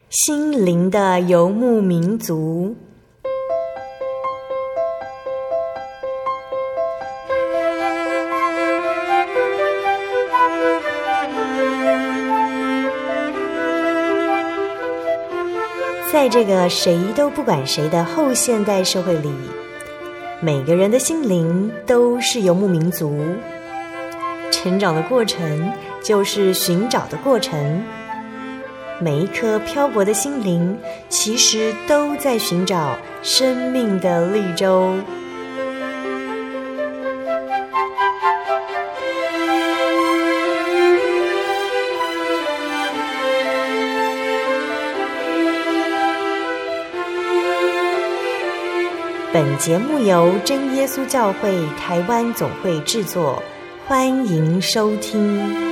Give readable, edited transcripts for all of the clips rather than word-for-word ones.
心灵的游牧民族。在这个谁都不管谁的后现代社会里，每个人的心灵都是游牧民族。成长的过程就是寻找的过程，每一颗漂泊的心灵其实都在寻找生命的绿洲。本节目由真耶稣教会台湾总会制作，欢迎收听。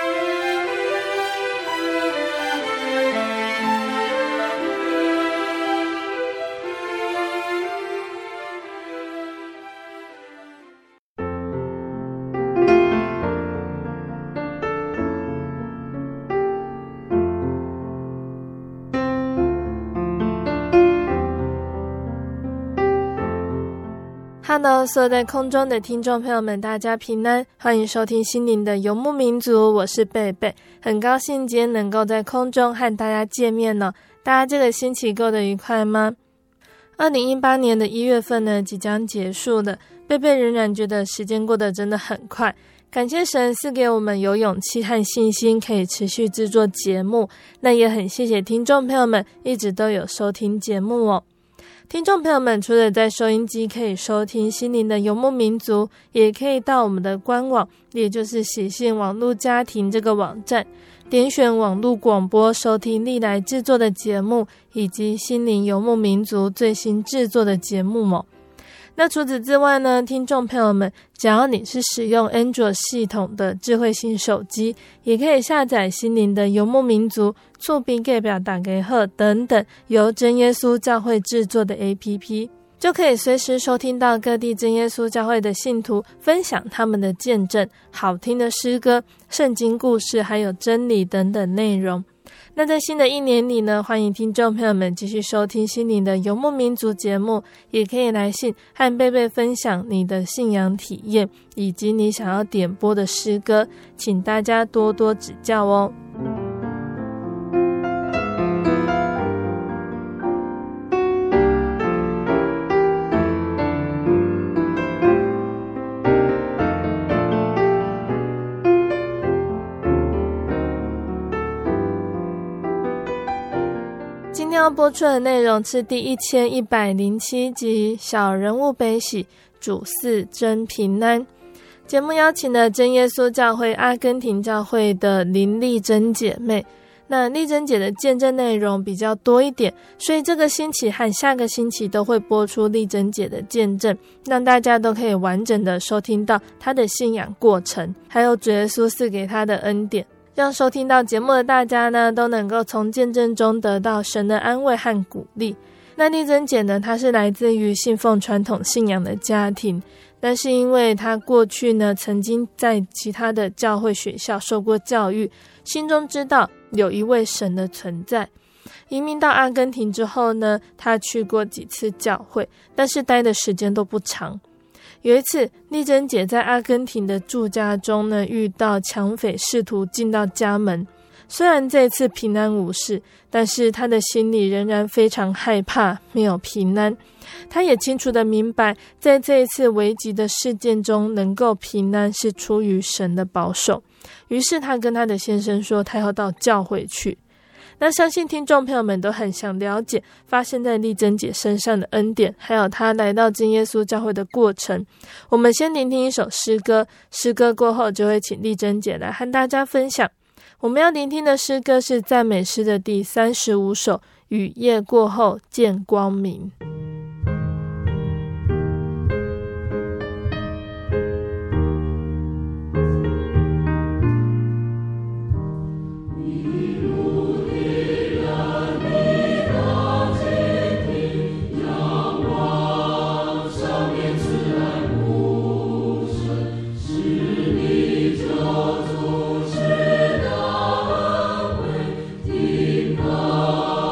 Hello， 所有在空中的听众朋友们，大家平安，欢迎收听心灵的游牧民族，我是贝贝，很高兴今天能够在空中和大家见面哦。大家这个星期过得愉快吗？2018年的1月份呢，即将结束了，贝贝仍然觉得时间过得真的很快。感谢神赐给我们有勇气和信心，可以持续制作节目。那也很谢谢听众朋友们一直都有收听节目哦。听众朋友们，除了在收音机可以收听心灵的游牧民族，也可以到我们的官网，也就是喜信网络家庭这个网站，点选网络广播收听历来制作的节目，以及心灵游牧民族最新制作的节目哦。那除此之外呢，听众朋友们，只要你是使用 Android 系统的智慧型手机，也可以下载心灵的游牧民族、厝边隔壁大家好等等由真耶稣教会制作的 APP， 就可以随时收听到各地真耶稣教会的信徒分享他们的见证、好听的诗歌、圣经故事还有真理等等内容。那在新的一年里呢，欢迎听众朋友们继续收听心灵的游牧民族节目，也可以来信和贝贝分享你的信仰体验，以及你想要点播的诗歌，请大家多多指教哦。今天要播出的内容是第1107集小人物悲喜，主赐真平安。节目邀请了真耶稣教会阿根廷教会的林丽珍姐妹，那丽珍姐的见证内容比较多一点，所以这个星期和下个星期都会播出丽珍姐的见证，让大家都可以完整的收听到她的信仰过程，还有主耶稣赐给她的恩典，让收听到节目的大家呢，都能够从见证中得到神的安慰和鼓励。那丽珍姐呢，她是来自于信奉传统信仰的家庭，但是因为她过去呢，曾经在其他的教会学校受过教育，心中知道有一位神的存在。移民到阿根廷之后呢，她去过几次教会，但是待的时间都不长。有一次，丽珍姐在阿根廷的住家中呢，遇到抢匪试图进到家门。虽然这次平安无事，但是她的心里仍然非常害怕，没有平安。她也清楚地明白，在这一次危急的事件中能够平安是出于神的保守。于是她跟她的先生说，她要到教会去。那相信听众朋友们都很想了解发生在丽珍姐身上的恩典，还有她来到真耶稣教会的过程。我们先聆听一首诗歌，诗歌过后就会请丽珍姐来和大家分享。我们要聆听的诗歌是赞美诗的第35首，雨夜过后见光明。 Oh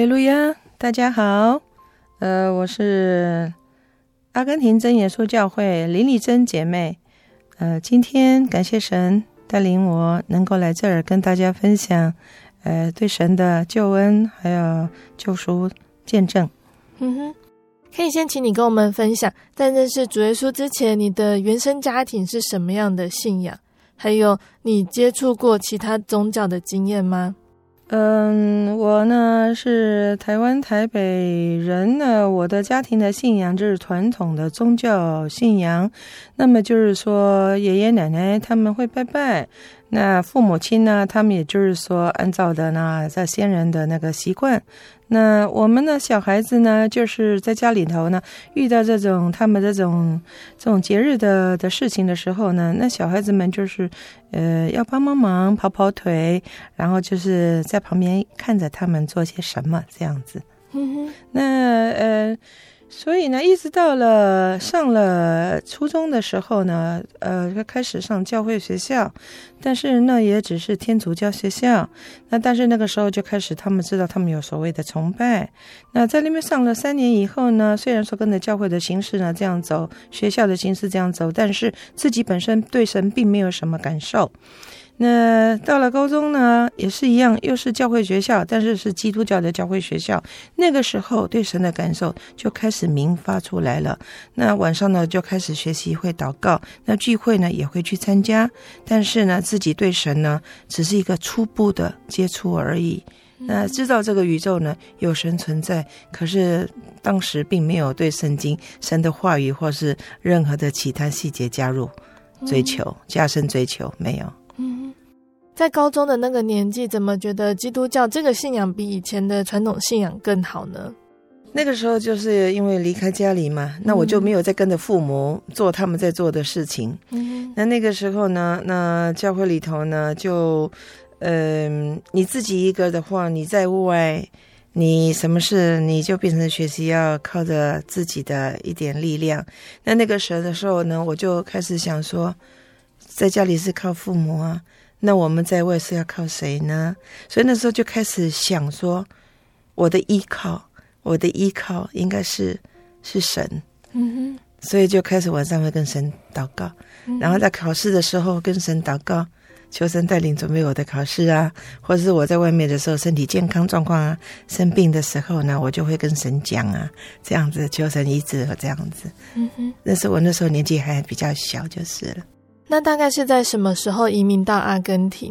利路亚，大家好，我是阿根廷真耶稣教会林丽珍姐妹，今天感谢神带领我能够来这儿跟大家分享，对神的救恩还有救赎见证。 可以先请你跟我们分享，在认识主耶稣之前，你的原生家庭是什么样的信仰？还有你接触过其他宗教的经验吗？ 我呢是台湾台北人呢，我的家庭的信仰就是传统的宗教信仰，那么就是说爷爷奶奶他们会拜拜，那父母亲呢他们也就是说按照的呢在先人的那个习惯，那我们呢小孩子呢就是在家里头呢遇到他们这种节日的事情的时候呢，那小孩子们就是要帮忙跑跑腿，然后就是在旁边看着他们做些什么这样子。那所以呢一直到了上了初中的时候呢，开始上教会学校，但是那也只是天主教学校，那但是那个时候就开始他们知道他们有所谓的崇拜，那在那边上了3年以后呢，虽然说跟着教会的形式呢这样走，学校的形式这样走，但是自己本身对神并没有什么感受。那到了高中呢也是一样，又是教会学校，但是是基督教的教会学校，那个时候对神的感受就开始明发出来了。那晚上呢就开始学习会祷告，那聚会呢也会去参加，但是呢自己对神呢只是一个初步的接触而已。那知道这个宇宙呢有神存在，可是当时并没有对圣经神的话语或是任何的其他细节加入追求，加深追求，没有。 在高中的那个年纪，怎么觉得基督教这个信仰比以前的传统信仰更好呢？ 那个时候就是因为离开家里嘛，那我就没有再跟着父母做他们在做的事情。那个时候呢，那教会里头呢就你自己一个的话，你在户外你什么事你就变成学习要靠着自己的一点力量。那个时候呢，我就开始想说，在家里是靠父母啊，那我们在外是要靠谁呢？所以那时候就开始想说，我的依靠应该是神。所以就开始晚上会跟神祷告，然后在考试的时候跟神祷告，求神带领准备我的考试啊，或者是我在外面的时候身体健康状况啊，生病的时候呢，我就会跟神讲啊，这样子求神医治这样子。那是我那时候年纪还比较小就是了。 那大概是在什么时候移民到阿根廷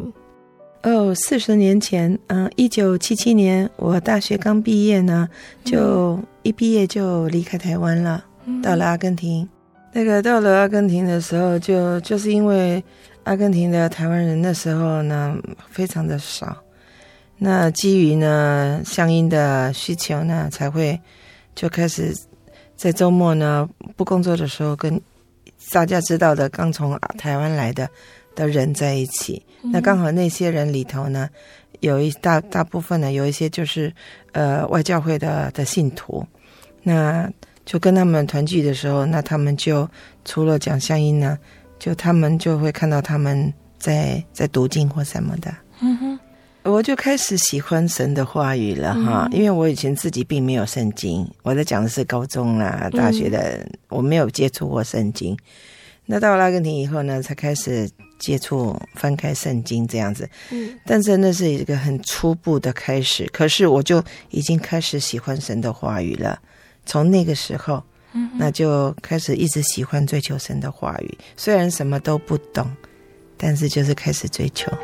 ？40年前，1977年我大学刚毕业呢，就一毕业就离开台湾了，到了阿根廷。到了阿根廷的时候就是因为阿根廷的台湾人那时候呢非常的少，那基于呢相应的需求呢，才会就开始在周末呢不工作的时候跟大家知道的刚从台湾来的人在一起。那刚好那些人里头呢，有大部分呢有一些就是外教会的信徒，那就跟他们团聚的时候，那他们就除了讲相音呢，就他们就会看到他们在读经或什么的。我就开始喜欢神的话语了哈，因为我以前自己并没有圣经，我在讲的是高中啦、大学的，我没有接触过圣经。那到了阿根廷以后呢，才开始接触翻开圣经这样子。但是那是一个很初步的开始，可是我就已经开始喜欢神的话语了。从那个时候，那就开始一直喜欢追求神的话语，虽然什么都不懂，但是就是开始追求。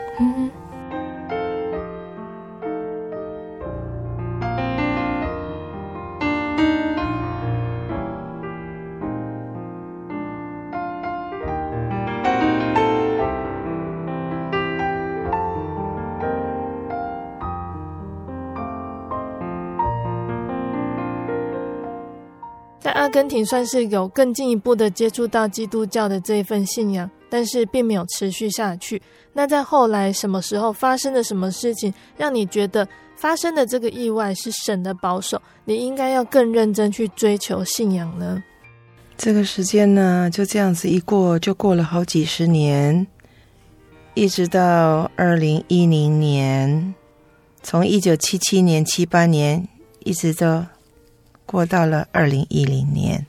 在阿根廷算是有更进一步的接触到基督教的这一份信仰，但是并没有持续下去。那在后来什么时候发生了什么事情，让你觉得发生的这个意外是神的保守，你应该要更认真去追求信仰呢？ 这个时间呢，就这样子一过就过了好几十年，一直到2010年，从1977年、78年一直都过到了2010年。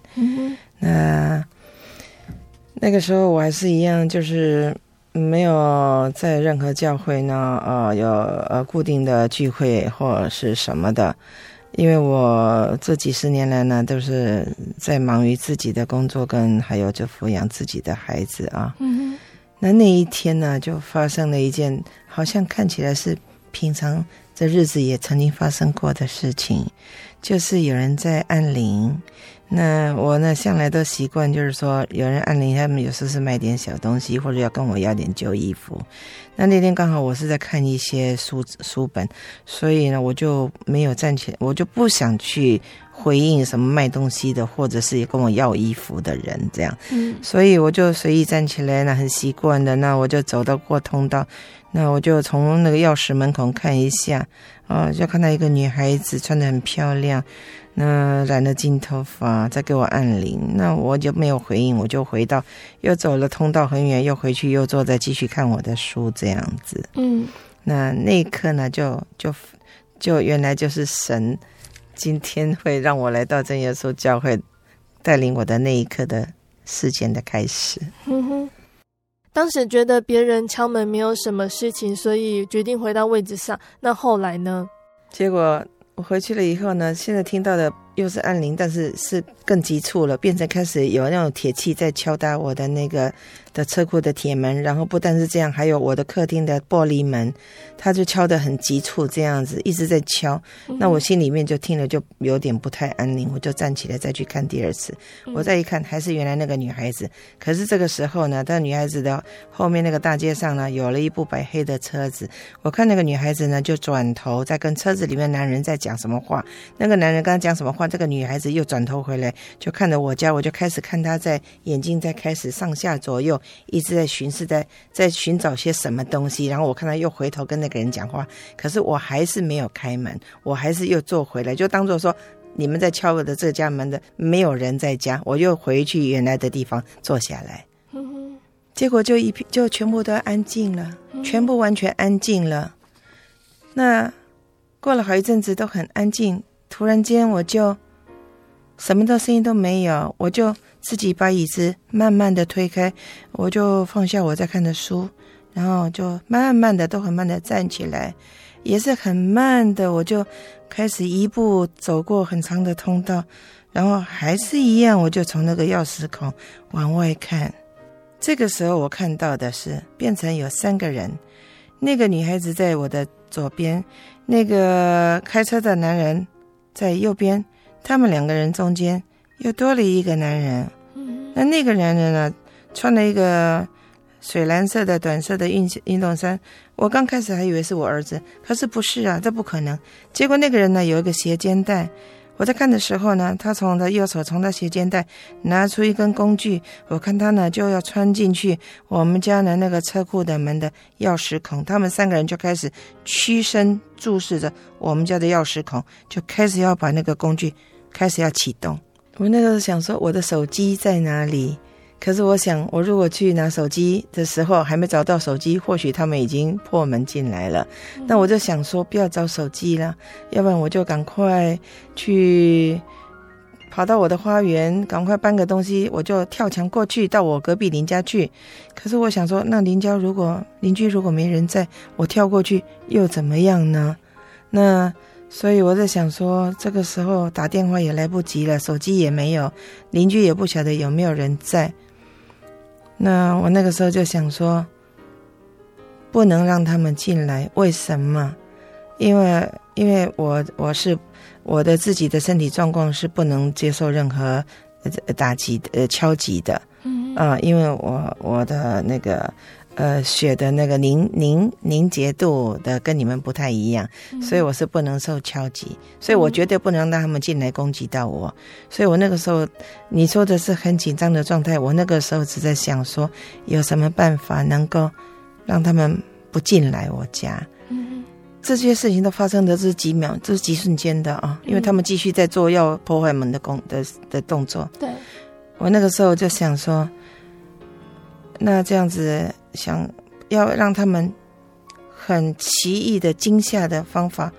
那个时候我还是一样，就是没有在任何教会呢有固定的聚会或是什么的，因为我这几十年来呢都是在忙于自己的工作跟还有就抚养自己的孩子啊。那一天呢就发生了一件好像看起来是平常这日子也曾经发生过的事情，就是有人在按铃。那我呢向来都习惯就是说有人按铃，他们有时候是卖点小东西或者要跟我要点旧衣服。那天刚好我是在看一些书本，所以呢我就没有站起来，我就不想去回应什么卖东西的或者是跟我要衣服的人这样。所以我就随意站起来，那很习惯的，那我就走到过通道，那我就从那个钥匙门口看一下，就看到一个女孩子穿得很漂亮，那染了金头发在给我按铃，那我就没有回应，我就回到又走了通道很远，又回去又坐在继续看我的书这样子。那一刻呢就原来就是神今天会让我来到真耶稣教会带领我的那一刻的事件的开始。 当时觉得别人敲门没有什么事情，所以决定回到位置上，那后来呢？ 结果我回去了以后呢，现在听到的又是按铃，但是是更急促了，变成开始有那种铁器在敲打我的那个的车库的铁门，然后不但是这样，还有我的客厅的玻璃门，他就敲得很急促，这样子一直在敲。那我心里面就听了就有点不太安宁，我就站起来再去看第二次。我再一看，还是原来那个女孩子。可是这个时候呢，在女孩子的后面那个大街上呢，有了一部白黑的车子。我看那个女孩子呢，就转头在跟车子里面男人在讲什么话。那个男人刚刚讲什么话，这个女孩子又转头回来，就看着我家，我就开始看她在眼睛在开始上下左右一直在巡视，在寻找些什么东西。然后我看她又回头跟那个人讲话，可是我还是没有开门，我还是又坐回来，就当作说你们在敲我的这家门的没有人在家，我又回去原来的地方坐下来。结果就全部都安静了，全部完全安静了。那过了好一阵子都很安静，突然间我就什么的声音都没有，我就自己把椅子慢慢的推开，我就放下我在看的书，然后就慢慢的都很慢的站起来，也是很慢的，我就开始一步走过很长的通道，然后还是一样，我就从那个钥匙孔往外看。这个时候我看到的是变成有3个人，那个女孩子在我的左边，那个开车的男人在右边，他们2个人中间又多了一个男人。那个男人呢，穿了一个水蓝色的短色的运动衫，我刚开始还以为是我儿子，可是不是啊，这不可能。结果那个人呢有一个斜肩带，我在看的时候呢，他从他右手从他斜肩带拿出一根工具，我看他呢就要穿进去我们家的那个车库的门的钥匙孔，他们3个人就开始屈身注视着我们家的钥匙孔，就开始要把那个工具开始要启动。我那个时候想说我的手机在哪里，可是我想我如果去拿手机的时候还没找到手机，或许他们已经破门进来了。那我就想说不要找手机了，要不然我就赶快去跑到我的花园，赶快搬个东西，我就跳墙过去到我隔壁邻家去。可是我想说那邻居如果没人在，我跳过去又怎么样呢？那所以我在想说这个时候打电话也来不及了，手机也没有，邻居也不晓得有没有人在。那我那个时候就想说不能让他们进来。为什么？因为我的自己的身体状况是不能接受任何打击敲击的。因为我的那个血的那个凝结度的跟你们不太一样，所以我是不能受敲击，所以我绝对不能让他们进来攻击到我。所以我那个时候你说的是很紧张的状态，我那个时候只在想说有什么办法能够让他们不进来我家。这些事情都发生的是几秒，这是几瞬间的啊！因为他们继续在做要破坏门的动作。对，我那个时候就想说那这样子想要让他们很奇异的惊吓的方法，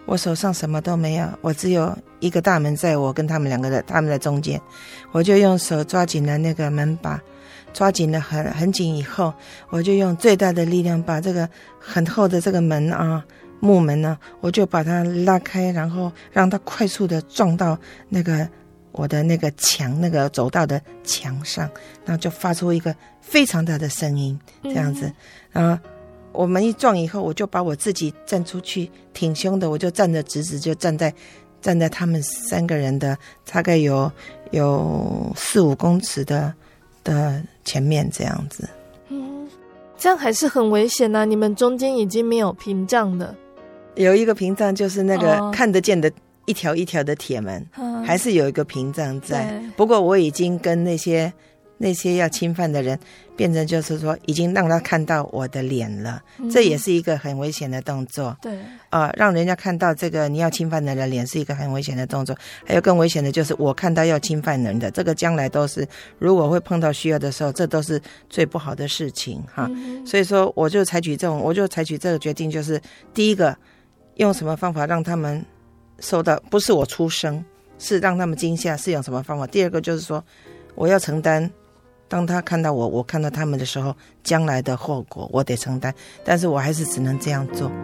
我手上什么都没有，我只有一个大门在我跟他们的中间，我就用手抓紧了那个门把，抓紧了很紧以后，我就用最大的力量把这个很厚的这个门啊，木门呢，我就把它拉开，然后让它快速的撞到那个我的那个墙，那个走道的墙上，然后就发出一个非常大的声音，这样子。然后我们一撞以后，我就把我自己站出去，挺胸的，我就站得直直，就站在他们3个人的大概有4-5公尺的前面这样子。 这样还是很危险啊，你们中间已经没有屏障的。 有一个屏障，就是那个看得见的一条一条的铁门，还是有一个屏障在。不过我已经跟那些要侵犯的人变成就是说已经让他看到我的脸了，这也是一个很危险的动作。 对， 让人家看到这个你要侵犯人的脸是一个很危险的动作。还有更危险的就是我看到要侵犯人的，这个将来都是如果会碰到需要的时候，这都是最不好的事情哈。所以说我就采取这个决定，就是第一个用什么方法让他们受到，不是我出声，是让他们惊吓，是用什么方法。第二个就是说我要承担，当他看到我看到他们的时候，将来的后果我得承担，但是我还是只能这样做。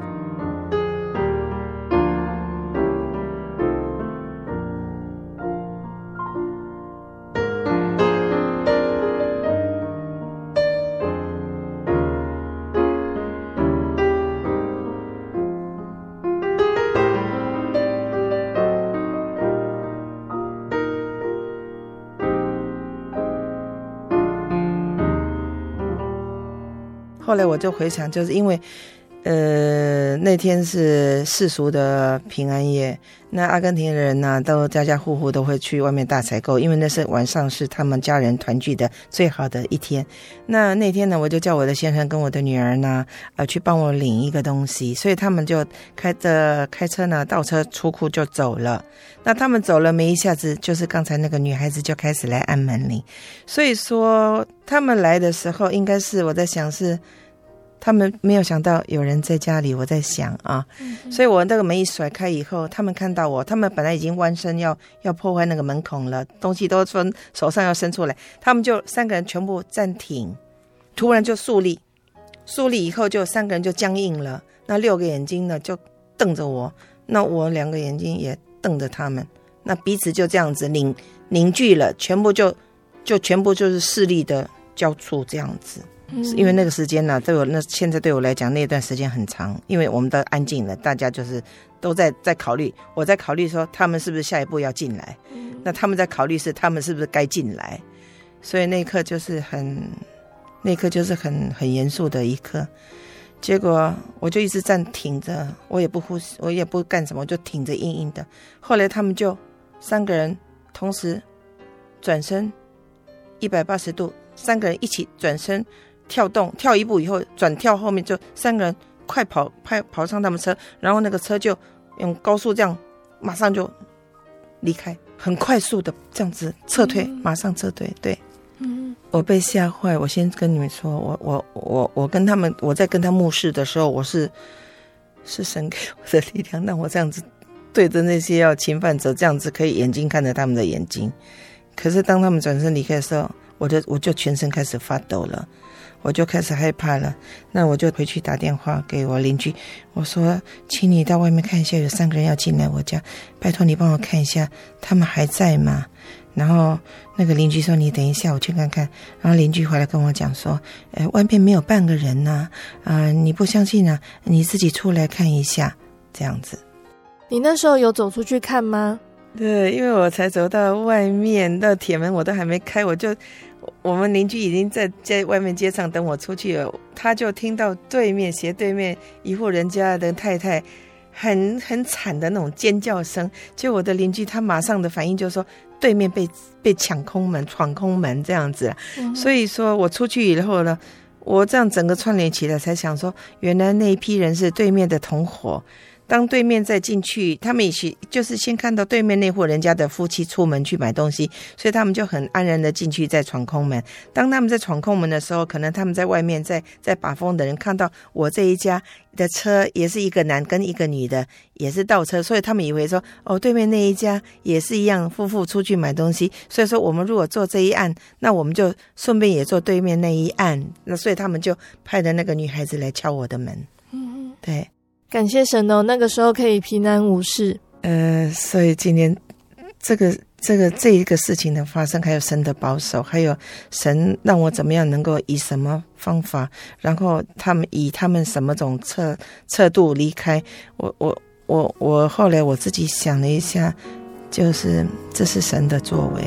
后来我就回想，就是因为那天是世俗的平安夜，那阿根廷人呢都家家户户都会去外面大采购，因为那是晚上是他们家人团聚的最好的一天。那天呢，我就叫我的先生跟我的女儿呢去帮我领一个东西，所以他们就开车呢倒车出库就走了。那他们走了没一下子，就是刚才那个女孩子就开始来按门铃。所以说他们来的时候，应该是我在想是他们没有想到有人在家里，我在想啊，所以我那个门一甩开以后，他们看到我，他们本来已经弯身要破坏那个门孔了，东西都从手上要伸出来，他们就3个人全部暂停，突然就肃立以后，就3个人就僵硬了，那6个眼睛呢就瞪着我，那我2个眼睛也瞪着他们，那彼此就这样子凝聚了，全部就是势力的交触这样子。因为那个时间呢，现在对我来讲那段时间很长，因为我们都安静了，大家就是都在考虑，我在考虑说他们是不是下一步要进来，那他们在考虑是他们是不是该进来，所以那一刻就是很严肃的一刻。结果我就一直站挺着，我也不呼吸，我也不干什么，我就挺着硬硬的。后来他们就3个人同时转身180度，3个人一起转身跳动，跳一步以后转跳后面，就3个人快跑上他们车，然后那个车就用高速这样马上就离开，很快速的这样子撤退，马上撤退。对，我被吓坏。我先跟你们说，我跟他们，我在跟他目视的时候，我是神给我的力量，让我这样子对着那些要侵犯者这样子可以眼睛看着他们的眼睛。可是当他们转身离开的时候，我就全身开始发抖了，我就开始害怕了。那我就回去打电话给我邻居，我说请你到外面看一下，有3个人要进来我家，拜托你帮我看一下他们还在吗？然后那个邻居说你等一下我去看看，然后邻居回来跟我讲说外面没有半个人啊，你不相信啊，你自己出来看一下这样子。 你那时候有走出去看吗？ 对，因为我才走到外面，那铁门我都还没开，我们邻居已经在外面街上等我出去了，他就听到斜对面一户人家的太太很惨的那种尖叫声，就我的邻居他马上的反应就说对面被闯空门这样子。所以说我出去以后呢，我这样整个串联起来才想说，原来那一批人是对面的同伙， 当对面再进去，他们也就是先看到对面那户人家的夫妻出门去买东西，所以他们就很安然的进去再闯空门。当他们在闯空门的时候，可能他们在外面在把风的人看到我这一家的车也是一个男跟一个女的，也是倒车，所以他们以为说对面那一家也是一样，夫妇出去买东西，所以说我们如果坐这一岸，那我们就顺便也坐对面那一岸，那所以他们就派的那个女孩子来敲我的门。对， 感谢神哦，那个时候可以平安无事。 所以今天这一个事情的发生，还有神的保守，还有神让我怎么样能够以什么方法，然后他们什么种测度离开我后来我自己想了一下，就是这是神的作为。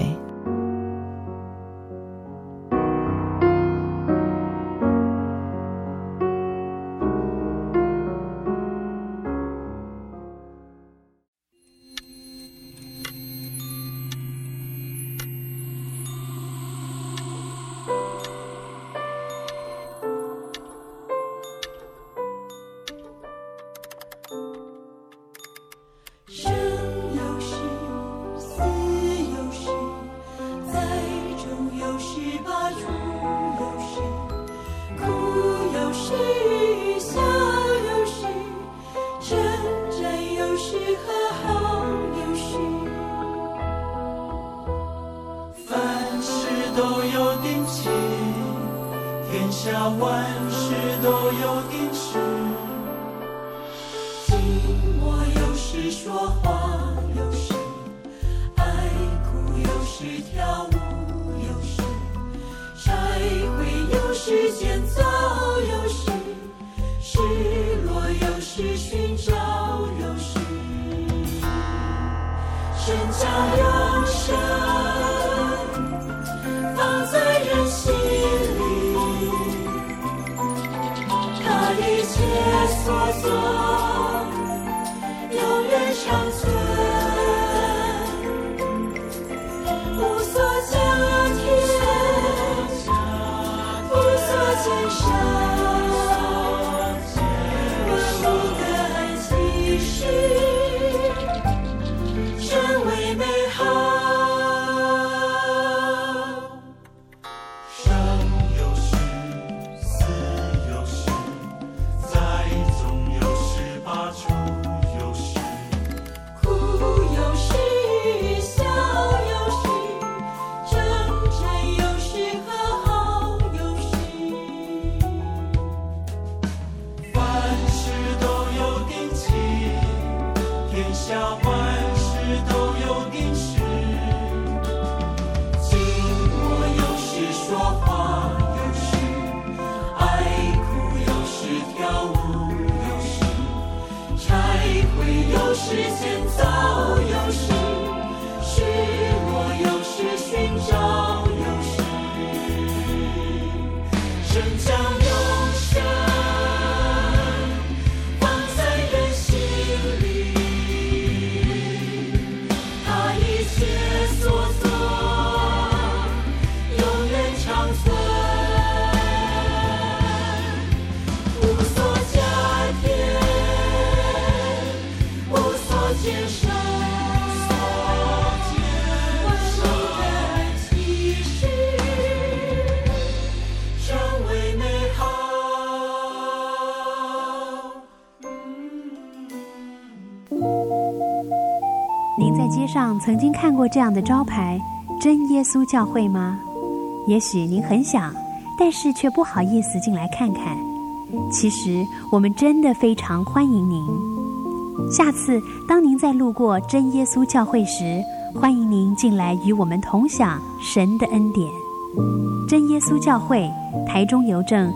您在街上曾经看过这样的招牌“真耶稣教会”吗？也许您很想，但是却不好意思进来看看。其实我们真的非常欢迎您。下次当您在路过真耶稣教会时，欢迎您进来与我们同享神的恩典。真耶稣教会，台中邮政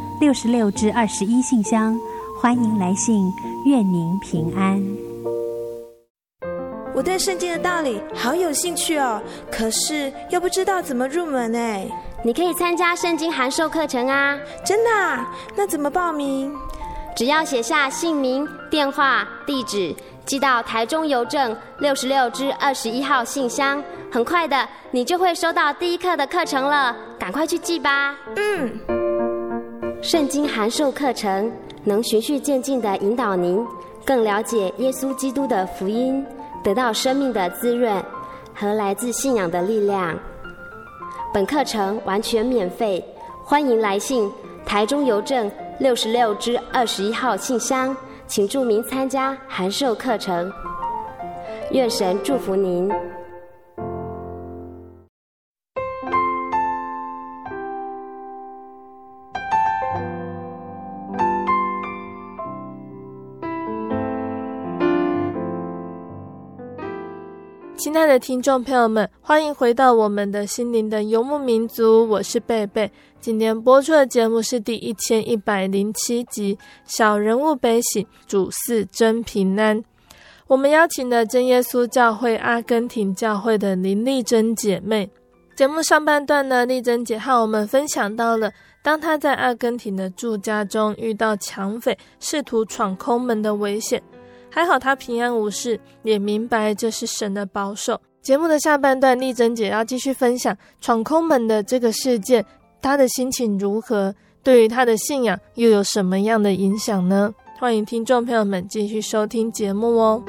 66-21信箱，欢迎来信，愿您平安。 我对圣经的道理好有兴趣哦，可是又不知道怎么入门哎。 你可以参加圣经函授课程啊。 真的啊？那怎么报名？ 只要写下姓名、电话、地址，寄到台中邮政66-21号信箱，很快的你就会收到第一课的课程了，赶快去寄吧。圣经函授课程能循序渐进地引导您更了解耶稣基督的福音，得到生命的滋润和来自信仰的力量。本课程完全免费，欢迎来信台中邮政66支21号信箱，请注明参加函授课程。愿神祝福您。 亲爱的听众朋友们，欢迎回到我们的心灵的游牧民族，我是贝贝。今天播出的节目是第1107集小人物悲喜，主4真平安。我们邀请了真耶稣教会阿根廷教会的林丽珍姐妹。节目上半段呢，丽珍姐和我们分享到了当她在阿根廷的住家中遇到抢匪试图闯空门的危险，还好她平安无事，也明白这是神的保守。节目的下半段，丽珍姐要继续分享闯空门的这个事件，她的心情如何，对于她的信仰又有什么样的影响呢？欢迎听众朋友们继续收听节目哦。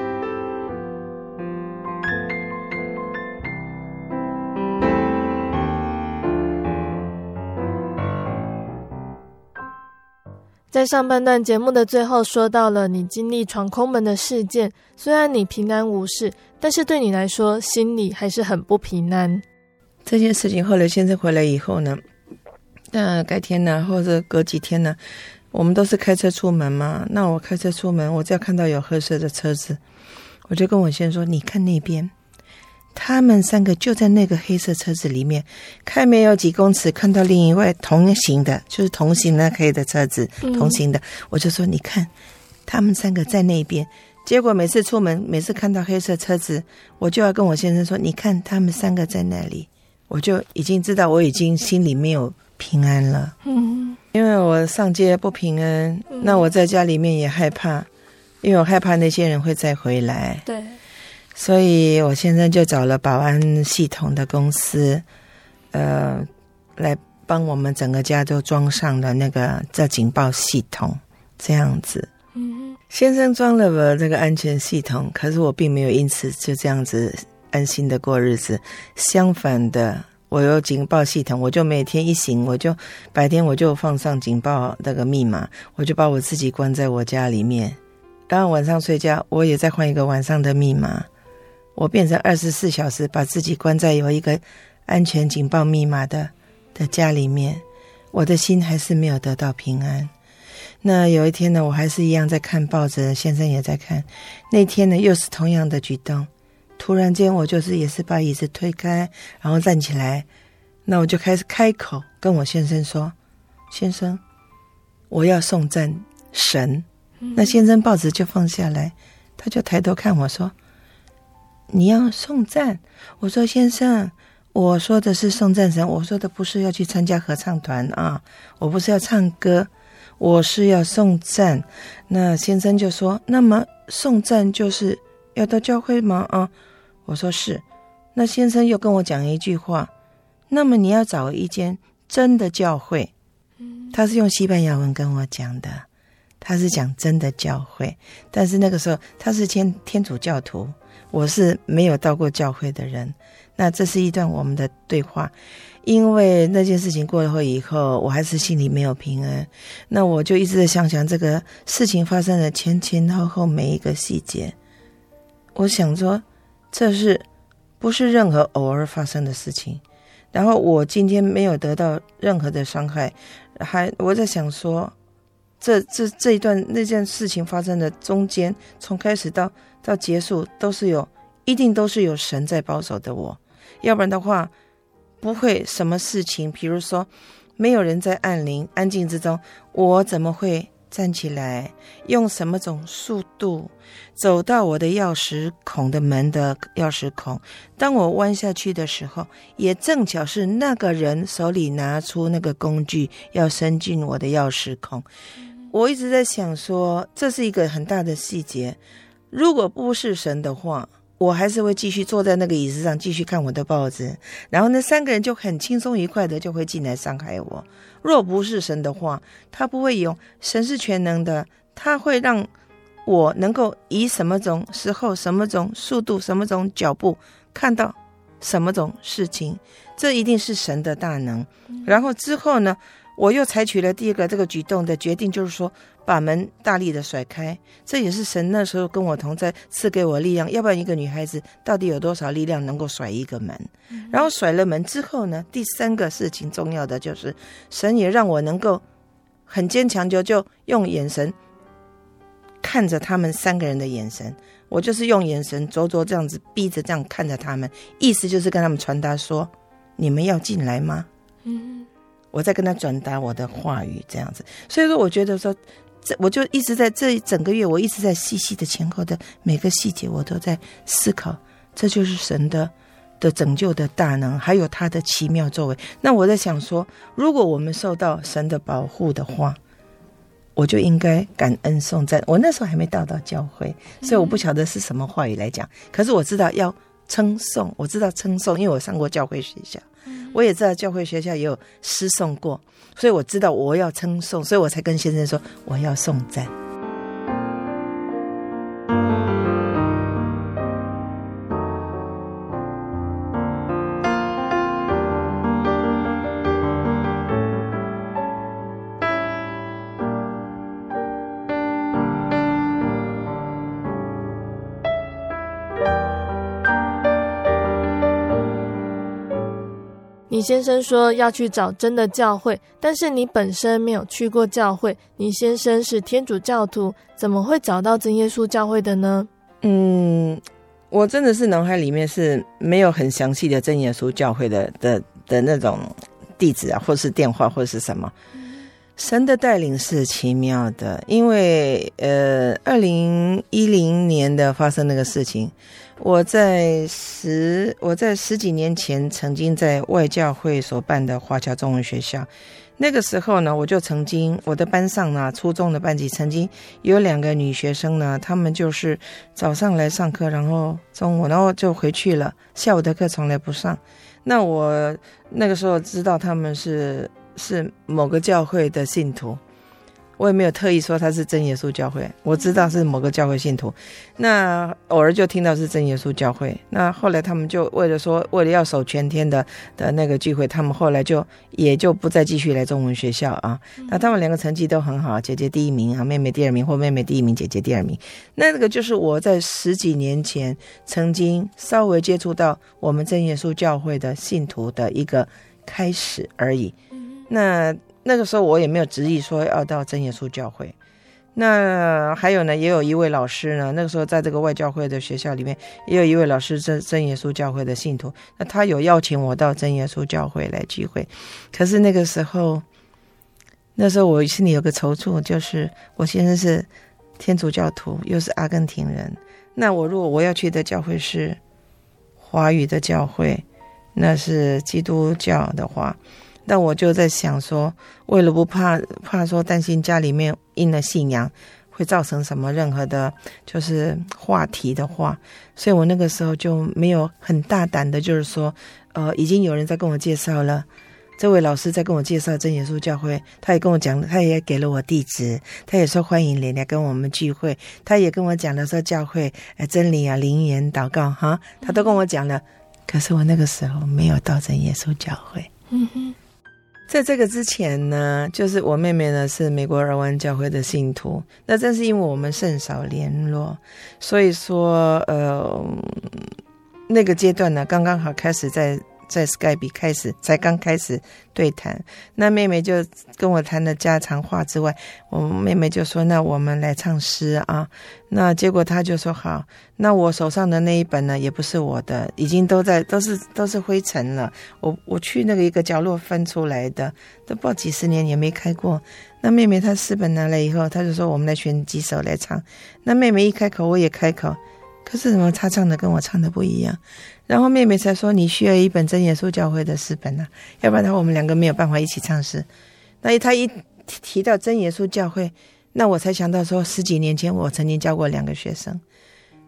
在上半段节目的最后说到了你经历闯空门的事件，虽然你平安无事，但是对你来说心里还是很不平安。 这件事情后来先生回来以后呢，那改天呢或者隔几天呢，我们都是开车出门嘛，那我开车出门，我只要看到有黑色的车子，我就跟我先生说，你看那边，他们3个就在那个黑色车子里面，开没有几公尺看到另一位同行的，就是同行的黑的车子，同行的，我就说你看他们3个在那边。结果每次出门，每次看到黑色车子，我就要跟我先生说，你看他们3个在那里，我就已经知道我已经心里没有平安了。因为我上街不平安，那我在家里面也害怕，因为我害怕那些人会再回来。 对， 所以我现在就找了保安系统的公司，来帮我们整个家都装上了那个这警报系统，这样子。先生装了我这个安全系统，可是我并没有因此就这样子安心的过日子。相反的，我有警报系统，我就每天一醒，我就白天我就放上警报那个密码，我就把我自己关在我家里面，然后晚上睡觉我也再换一个晚上的密码，我变成24小时把自己关在有一个安全警报密码的家里面，我的心还是没有得到平安。那有一天呢，我还是一样在看报纸，先生也在看，那天呢又是同样的举动，突然间我也是把椅子推开，然后站起来，那我就开始开口跟我先生说，先生，我要颂赞神。那先生报纸就放下来，他就抬头看我说，你要颂赞？我说先生，我说的是颂赞神，我说的不是要去参加合唱团啊，我不是要唱歌，我是要颂赞。那先生就说，那么颂赞就是要到教会吗？啊，我说是。那先生又跟我讲一句话，那么你要找一间真的教会。他是用西班牙文跟我讲的，他是讲真的教会，但是那个时候他是天主教徒，我是没有到过教会的人。那这是一段我们的对话，因为那件事情过后以后，我还是心里没有平安。那我就一直在想这个事情发生的前后后每一个细节，我想说这是不是任何偶尔发生的事情，然后我今天没有得到任何的伤害，我在想说这一段那件事情发生的中间，从开始到结束一定都是有神在保守的我，要不然的话不会什么事情，比如说没有人在安静之中，我怎么会站起来，用什么种速度走到我的钥匙孔的门的钥匙孔，当我弯下去的时候，也正巧是那个人手里拿出那个工具要伸进我的钥匙孔。我一直在想说，这是一个很大的细节，如果不是神的话，我还是会继续坐在那个椅子上继续看我的报纸，然后那3个人就很轻松愉快的就会进来伤害我。若不是神的话，他不会有，神是全能的，他会让我能够以什么种时候、什么种速度、什么种脚步看到什么种事情，这一定是神的大能。然后之后呢，我又采取了第一个这个举动的决定，就是说把门大力的甩开，这也是神那时候跟我同在，赐给我力量。要不然一个女孩子到底有多少力量能够甩一个门？然后甩了门之后呢，第三个事情重要的就是神也让我能够很坚强，就用眼神看着他们3个人的眼神，我就是用眼神灼灼这样子逼着这样看着他们，意思就是跟他们传达说，你们要进来吗？我在跟他转达我的话语这样子。所以说我觉得说，我就一直在这整个月，我一直在细细的前后的每个细节我都在思考，这就是神的拯救的大能，还有他的奇妙作为。那我在想说，如果我们受到神的保护的话，我就应该感恩颂赞。我那时候还没到教会，所以我不晓得是什么话语来讲，可是我知道要称颂，我知道称颂，因为我上过教会学校，我也知道教会学校也有诗颂过，所以我知道我要称颂，所以我才跟先生说我要颂赞。 你先生说要去找真的教会，但是你本身没有去过教会，你先生是天主教徒，怎么会找到真耶稣教会的呢？ 我真的是脑海里面是没有很详细的真耶稣教会的那种地址啊，或是电话或是什么。神的带领是奇妙的，因为2010年的发生那个事情，我在十几年前曾经在外教会所办的华侨中文学校，那个时候呢，我就曾经我的班上呢，初中的班级曾经有2个女学生呢，她们就是早上来上课，然后中午然后就回去了，下午的课从来不上。那我那个时候知道她们是某个教会的信徒，我也没有特意说他是真耶稣教会，我知道是某个教会信徒。那偶尔就听到是真耶稣教会，那后来他们就为了要守全天的那个聚会，他们后来也就不再继续来中文学校啊。那他们2个成绩都很好，姐姐第1名啊，妹妹第2名，或妹妹第1名，姐姐第2名。那个就是我在10几年前曾经稍微接触到我们真耶稣教会的信徒的一个开始而已。那个时候我也没有执意说要到真耶稣教会。那还有呢，也有一位老师呢，那个时候在这个外教会的学校里面，也有一位老师真耶稣教会的信徒，那他有邀请我到真耶稣教会来聚会。可是那时候我心里有个踌躇，就是我先生是天主教徒，又是阿根廷人，那如果我要去的教会是华语的教会，那是基督教的话，那我就在想说，为了不怕说担心家里面因了信仰会造成什么任何的就是话题的话，所以我那个时候就没有很大胆的就是说已经有人在跟我介绍了，这位老师在跟我介绍真耶稣教会，他也跟我讲，他也给了我地址，他也说欢迎你来跟我们聚会，他也跟我讲了说教会真理啊灵言祷告哈，他都跟我讲了。可是我那个时候没有到真耶稣教会。在这个之前呢，就是我妹妹呢是美国尔湾教会的信徒，那正是因为我们甚少联络，所以说那个阶段呢刚刚好开始在 Skype 才刚开始对谈。那妹妹就跟我谈了家常话之外，我妹妹就说那我们来唱诗啊。那结果她就说好，那我手上的那一本呢也不是我的，已经都是灰尘了，我去那个一个角落翻出来的，都不知道几10年也没开过。那妹妹她诗本拿来以后，她就说我们来选几首来唱。那妹妹一开口我也开口，可是怎么她唱的跟我唱的不一样，然后妹妹才说你需要一本真耶稣教会的诗本啊，要不然的话我们2个没有办法一起唱诗。那她一提到真耶稣教会，那我才想到说10几年前我曾经教过2个学生，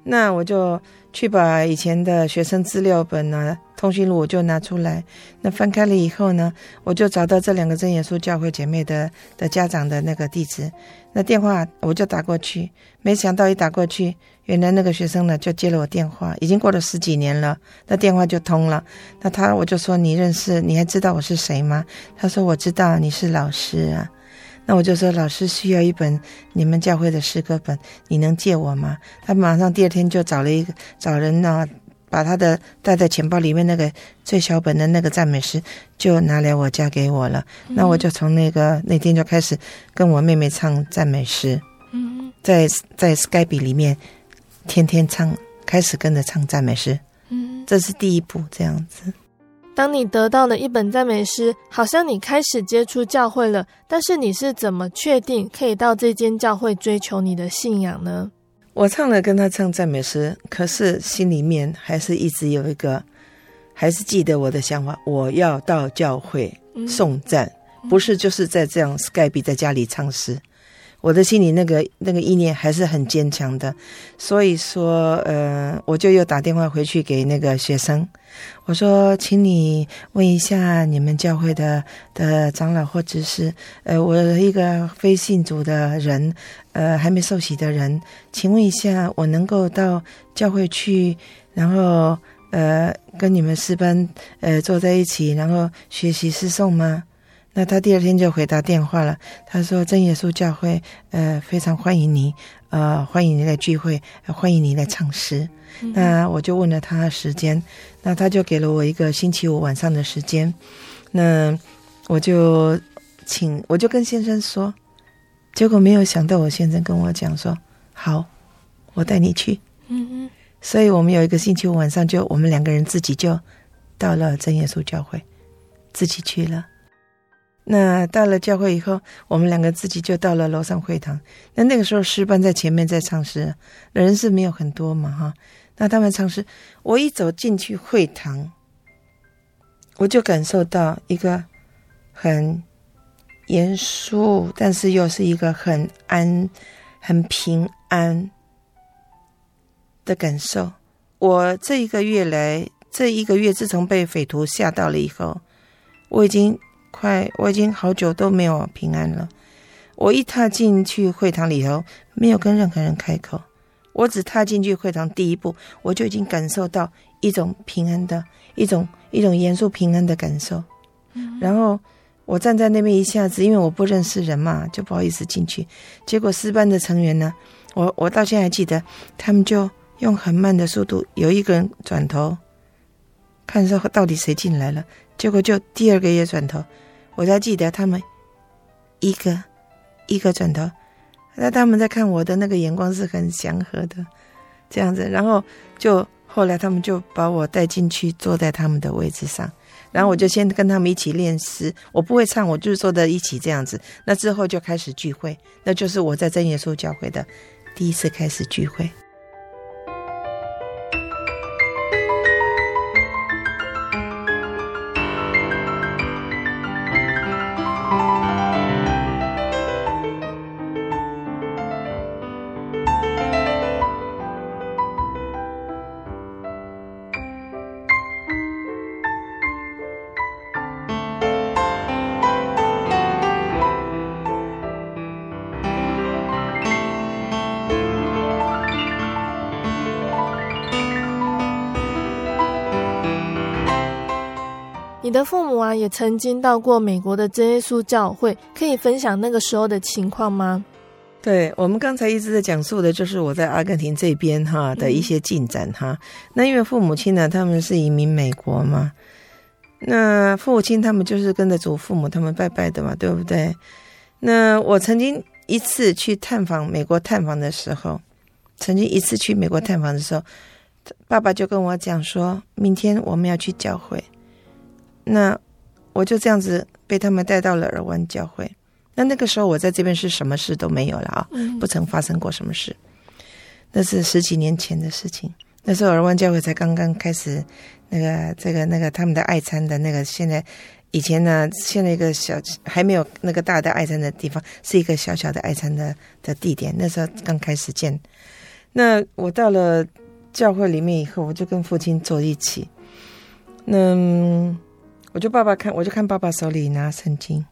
那我就去把以前的学生资料本啊、通讯录我就拿出来，那翻开了以后呢，我就找到这2个真耶稣教会姐妹的家长的那个地址，那电话我就打过去，没想到一打过去，原来那个学生呢就接了我电话，已经过了10几年了，那电话就通了。那我就说你还知道我是谁吗？他说我知道，你是老师啊。那我就说老师需要一本你们教会的诗歌本，你能借我吗？他马上第2天就找人呢，把他的带在钱包里面那个最小本的那个赞美诗就拿来我家给我了。那我就从那天就开始跟我妹妹唱赞美诗，在 Skype 里面天天唱，开始跟着唱赞美诗，这是第一步这样子。 当你得到了一本赞美诗，好像你开始接触教会了，但是你是怎么确定可以到这间教会追求你的信仰呢？ 我唱了跟他唱赞美诗，可是心里面还是一直有一个，还是记得我的想法，我要到教会颂赞，不是就是在这样 Skype 在家里唱诗。我的心里那个意念还是很坚强的，所以说我就又打电话回去给那个学生，我说请你问一下你们教会的长老或者是我一个非信主的人，还没受洗的人，请问一下我能够到教会去，然后跟你们诗班坐在一起，然后学习诗颂吗？那他第2天就回答电话了，他说真耶稣教会非常欢迎你，欢迎你来聚会，欢迎你来唱诗。那我就问了他时间，那他就给了我一个星期5晚上的时间，那我就跟先生说，结果没有想到我先生跟我讲说好，我带你去。所以我们有一个星期5晚上，就我们2个人自己就到了真耶稣教会，自己去了。那到了教会以后，我们2个自己就到了楼上会堂。那个时候诗班在前面在唱诗，人是没有很多嘛哈。那他们唱诗，我一走进去会堂，我就感受到一个很严肃，但是又是一个很平安的感受。我这一个月自从被匪徒吓到了以后，我已经好久都没有平安了。我一踏进去会堂里头，没有跟任何人开口，我只踏进去会堂第一步，我就已经感受到一种平安的一种严肃平安的感受。然后我站在那边一下子，因为我不认识人嘛，就不好意思进去。结果诗班的成员呢，我到现在还记得，他们就用很慢的速度，有一个人转头看说到底谁进来了，结果就第2个也转头，我才记得他们一个转头，那他们在看我的那个眼光是很祥和的这样子。然后后来他们就把我带进去，坐在他们的位置上，然后我就先跟他们一起练诗，我不会唱，我就是坐在一起这样子。那之后就开始聚会，那就是我在真耶稣教会的第一次开始聚会。 你的父母啊，也曾经到过美国的真耶稣教会，可以分享那个时候的情况吗？ 对，我们刚才一直在讲述的就是我在阿根廷这边哈的一些进展哈。那因为父母亲呢，他们是移民美国嘛，那父母亲他们就是跟着祖父母他们拜拜的嘛，对不对？那我曾经一次去美国探访的时候，爸爸就跟我讲说，明天我们要去教会。那我就这样子被他们带到了尔湾教会。那个时候我在这边是什么事都没有了啊，不曾发生过什么事。那是10几年前的事情。那时候尔湾教会才刚刚开始那个他们的爱餐的那个，以前呢，现在一个小还没有那个大的爱餐的地方，是一个小小的爱餐的地点。那时候刚开始建。 那我到了教会里面以后，我就跟父亲坐一起。那我就看爸爸手里拿圣经。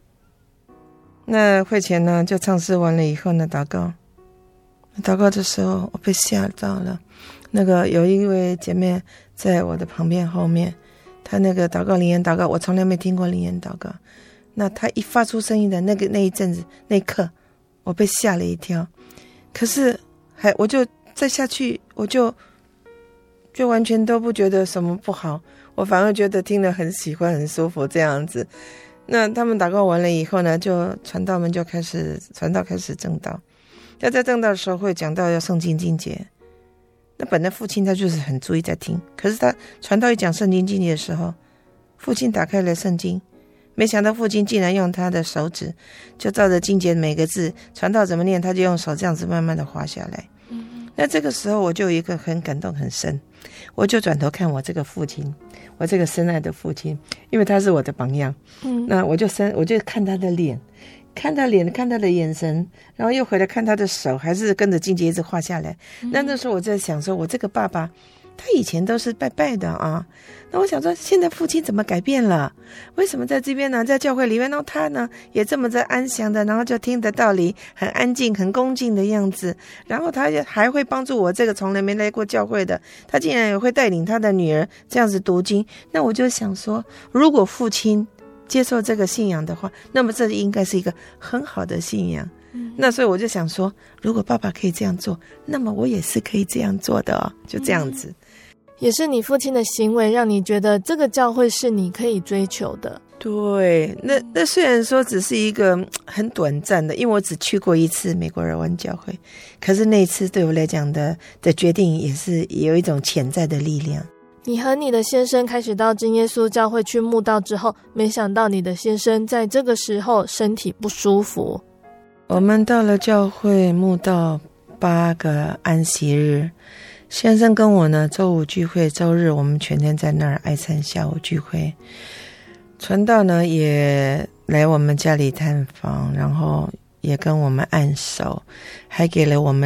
那会前呢，就唱诗完了以后呢，祷告的时候，我被吓到了。那个有一位姐妹在我的旁边后面，她那个祷告灵言祷告，我从来没听过灵言祷告。那她一发出声音的那一阵子，那一刻，我被吓了一跳。可是我就再下去，我就完全都不觉得什么不好，我反而觉得听了很喜欢，很舒服这样子。那他们祷告完了以后呢，就传道开始证道。要在证道的时候会讲到要圣经经节。那本来父亲他就是很注意在听，可是他传道一讲圣经经节的时候，父亲打开了圣经，没想到父亲竟然用他的手指就照着经节每个字传道怎么念，他就用手这样子慢慢的划下来。那这个时候我就有一个很感动很深，我就转头看我这个父亲，我这个深爱的父亲，因为他是我的榜样。那我就看他的脸，看他的眼神，然后又回来看他的手，还是跟着经节一直画下来。那时候我在想说，我这个爸爸他以前都是拜拜的啊，那我想说现在父亲怎么改变了，为什么在这边呢，在教会里面，然后他呢也这么在安详的，然后就听得道理，很安静很恭敬的样子，然后他还会帮助我这个从来没来过教会的，他竟然也会带领他的女儿这样子读经。那我就想说，如果父亲接受这个信仰的话，那么这应该是一个很好的信仰。那所以我就想说，如果爸爸可以这样做，那么我也是可以这样做的哦，就这样子。 也是你父亲的行为让你觉得这个教会是你可以追求的。 对，那虽然说只是一个很短暂的，因为我只去过一次美国尔湾教会，可是那一次对我来讲的决定也是有一种潜在的力量。 你和你的先生开始到真耶稣教会去慕道之后，没想到你的先生在这个时候身体不舒服。 我们到了教会慕道8个安息日，先生跟我呢周五聚会，周日我们全天在那儿爱餐下午聚会。传道呢也来我们家里探访，然后也跟我们按手，还给了我们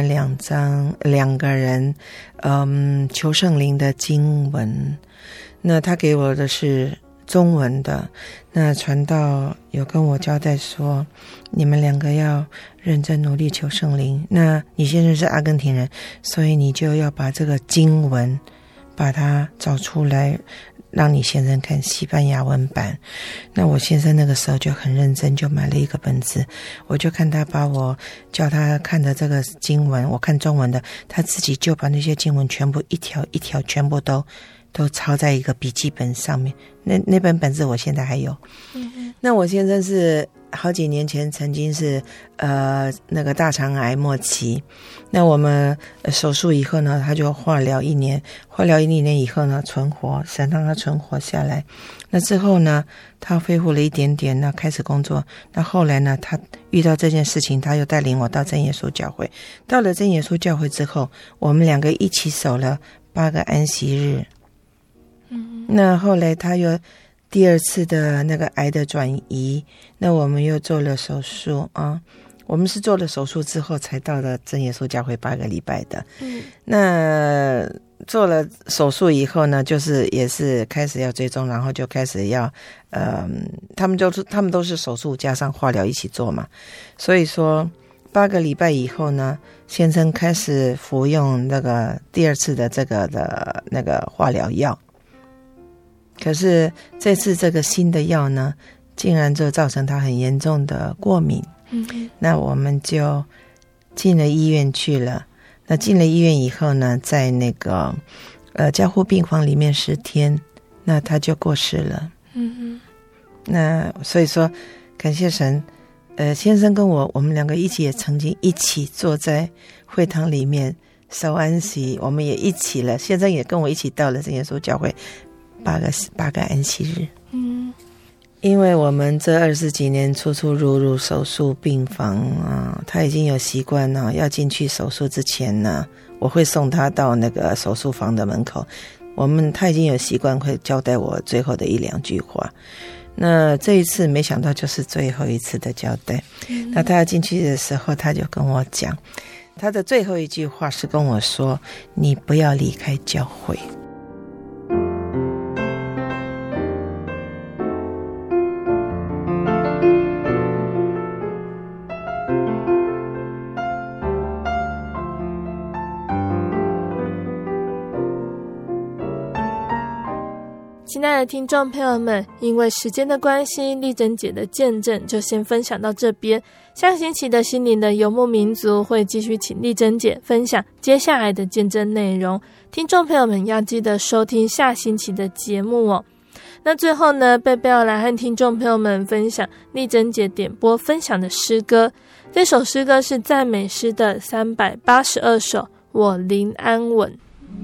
2个人求圣灵的经文。那他给我的是中文的，那传道有跟我交代说，你们2个要认真努力求圣灵。那你先生是阿根廷人，所以你就要把这个经文把它找出来，让你先生看西班牙文版。那我先生那个时候就很认真，就买了一个本子，我就看他把我叫他看的这个经文，我看中文的，他自己就把那些经文全部一条一条全部都抄在一个笔记本上面。那本本子我现在还有。那我先生是好几年前曾经是那个大肠癌末期，那我们手术以后呢，他就化疗1年，化疗1年以后呢存活，神让他存活下来。那之后呢他恢复了一点点，那开始工作。那后来呢他遇到这件事情，他又带领我到真耶稣教会。到了真耶稣教会之后，我们2个一起守了8个安息日。那后来他又第2次的那个癌的转移，那我们又做了手术啊。我们是做了手术之后才到了真耶稣教会8个礼拜的。那做了手术以后呢，就是也是开始要追踪，然后就开始要他们都是手术加上化疗一起做嘛。所以说8个礼拜以后呢，先生开始服用那个第2次的这个的那个化疗药。可是这次这个新的药呢，竟然就造成他很严重的过敏。那我们就进了医院去了。那进了医院以后呢，在那个加护病房里面10天，那他就过世了。那所以说感谢神，先生跟我们2个一起也曾经一起坐在会堂里面守安息，我们也一起了，先生也跟我一起到了真耶稣教会8个安息日。因为我们这20几年出出入入手术病房啊，他已经有习惯了，要进去手术之前呢，我会送他到那个手术房的门口，他已经有习惯会交代我最后的1、2句话。那这一次没想到就是最后一次的交代。那他要进去的时候，他就跟我讲， 他的最后一句话是跟我说，你不要离开教会。 亲爱的听众朋友们，因为时间的关系，丽珍姐的见证就先分享到这边。下星期的心灵的游牧民族会继续请丽珍姐分享接下来的见证内容，听众朋友们要记得收听下星期的节目哦。那最后呢，贝贝要来和听众朋友们分享丽珍姐点播分享的诗歌，这首诗歌是赞美诗的382首，我灵安稳。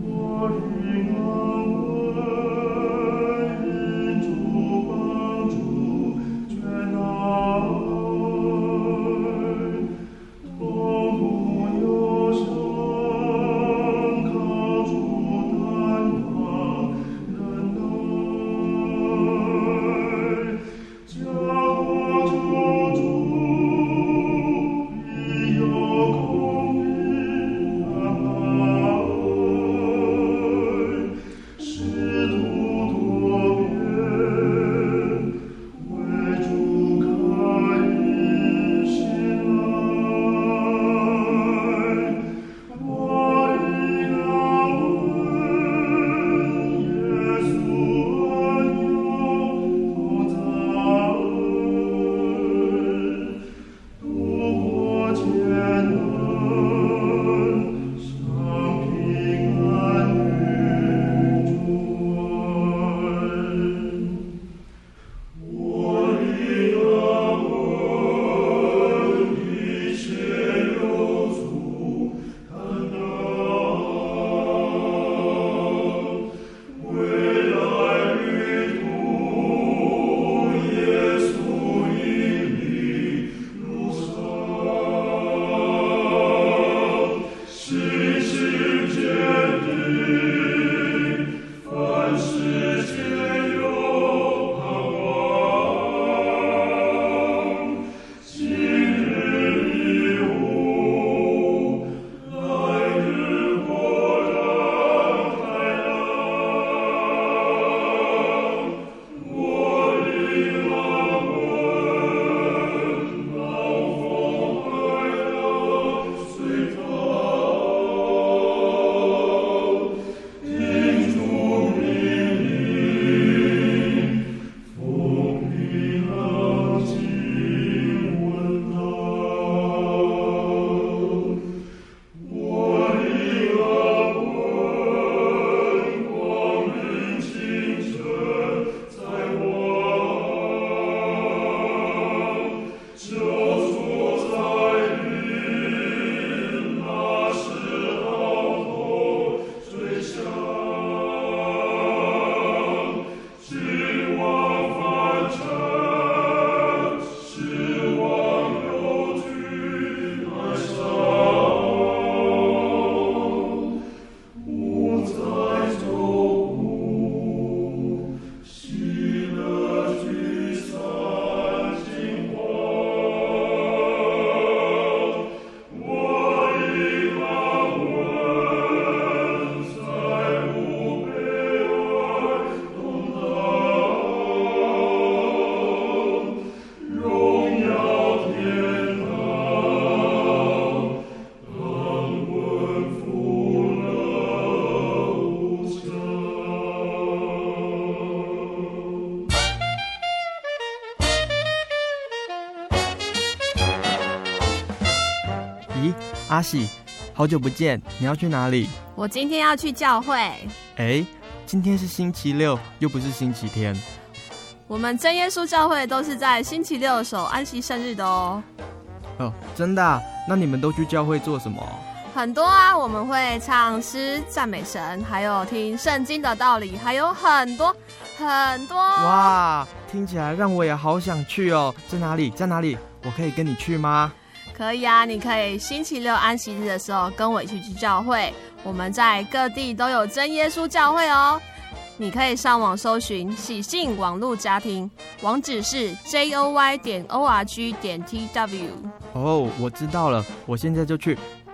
阿喜，好久不见，你要去哪里？ 我今天要去教会。 哎，今天是星期六，又不是星期天。 我们真耶稣教会都是在星期六守安息圣日的哦。 哦，真的啊？那你们都去教会做什么？ 很多啊，我们会唱诗赞美神，还有听圣经的道理，还有很多很多。 哇，听起来让我也好想去哦。在哪里？在哪里？我可以跟你去吗？ 可以啊，你可以星期六安息日的时候跟我一起去教会。我们在各地都有真耶稣教会哦。你可以上网搜寻喜信网络家庭，网址是 joy.org.tw。 哦，我知道了，我现在就去。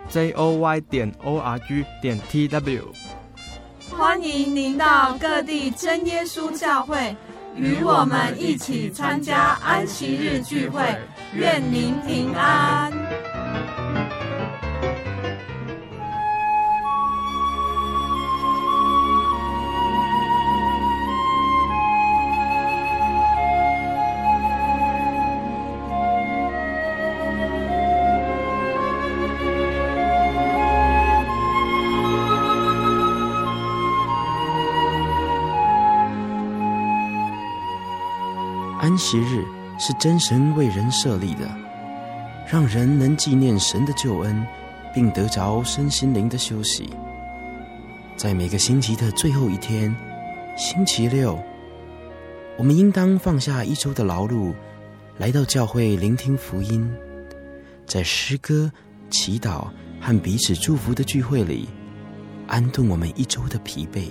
joy.org.tw。 欢迎您到各地真耶稣教会，与我们一起参加安息日聚会，愿您平安。 安息日是真神为人设立的，让人能纪念神的救恩，并得着身心灵的休息。在每个星期的最后一天，星期六，我们应当放下一周的劳碌，来到教会聆听福音，在诗歌、祈祷和彼此祝福的聚会里，安顿我们一周的疲惫。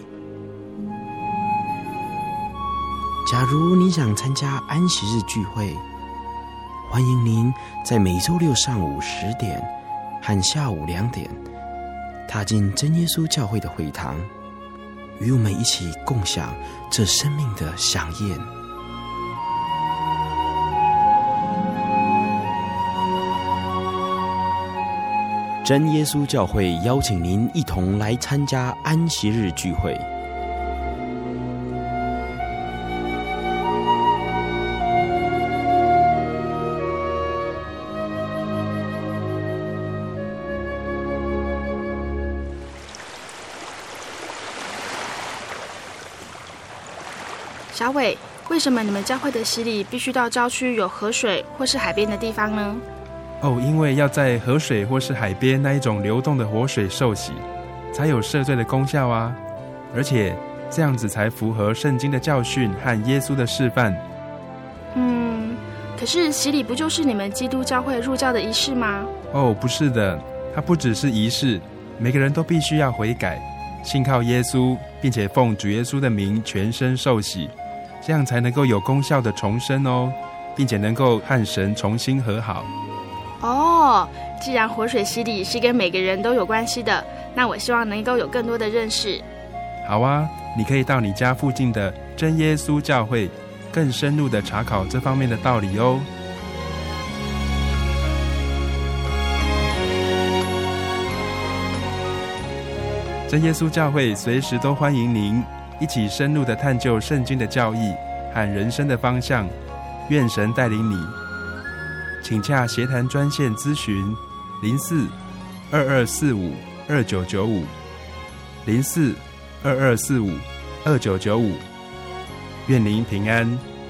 假如你想参加安息日聚会，欢迎您在每周六上午10点和下午2点踏进真耶稣教会的会堂，与我们一起共享这生命的飨宴。真耶稣教会邀请您一同来参加安息日聚会。 小伟，为什么你们教会的洗礼必须到郊区有河水或是海边的地方呢？ 因为要在河水或是海边那一种流动的活水受洗，才有赦罪的功效啊！而且这样子才符合圣经的教训和耶稣的示范。 可是洗礼不就是你们基督教会入教的仪式吗？ 不是的，它不只是仪式，每个人都必须要悔改，信靠耶稣，并且奉主耶稣的名全身受洗，这样才能够有功效的重生哦，并且能够和神重新和好。 既然活水洗礼是跟每个人都有关系的，那我希望能够有更多的认识。 好啊，你可以到你家附近的真耶稣教会，更深入的查考这方面的道理哦。真耶稣教会随时都欢迎您一起深入的探究圣经的教义和人生的方向，愿神带领你。请洽协谈专线咨询04-2245-2995 04-2245-2995，愿您平安。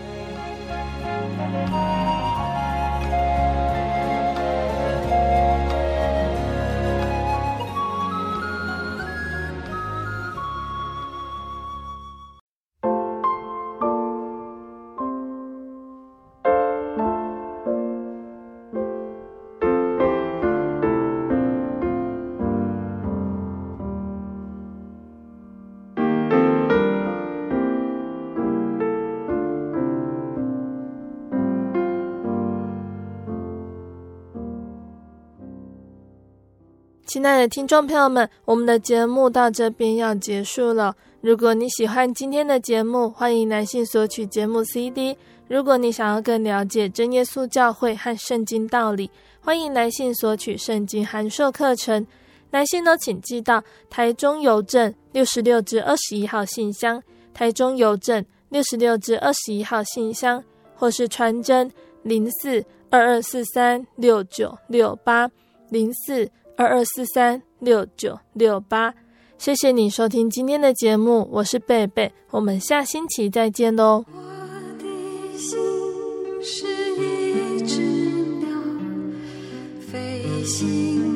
亲爱的听众朋友们，我们的节目到这边要结束了。如果你喜欢今天的节目，欢迎来信索取节目 CD。如果你想要更了解真耶稣教会和圣经道理，欢迎来信索取圣经函授课程。来信都请寄到台中邮政66至21号信箱，台中邮政66至21号信箱，或是传真04-2243-6968 04-2243-6968。谢谢你收听今天的节目，我是贝贝，我们下星期再见咯。 我的心是一只鸟，飞行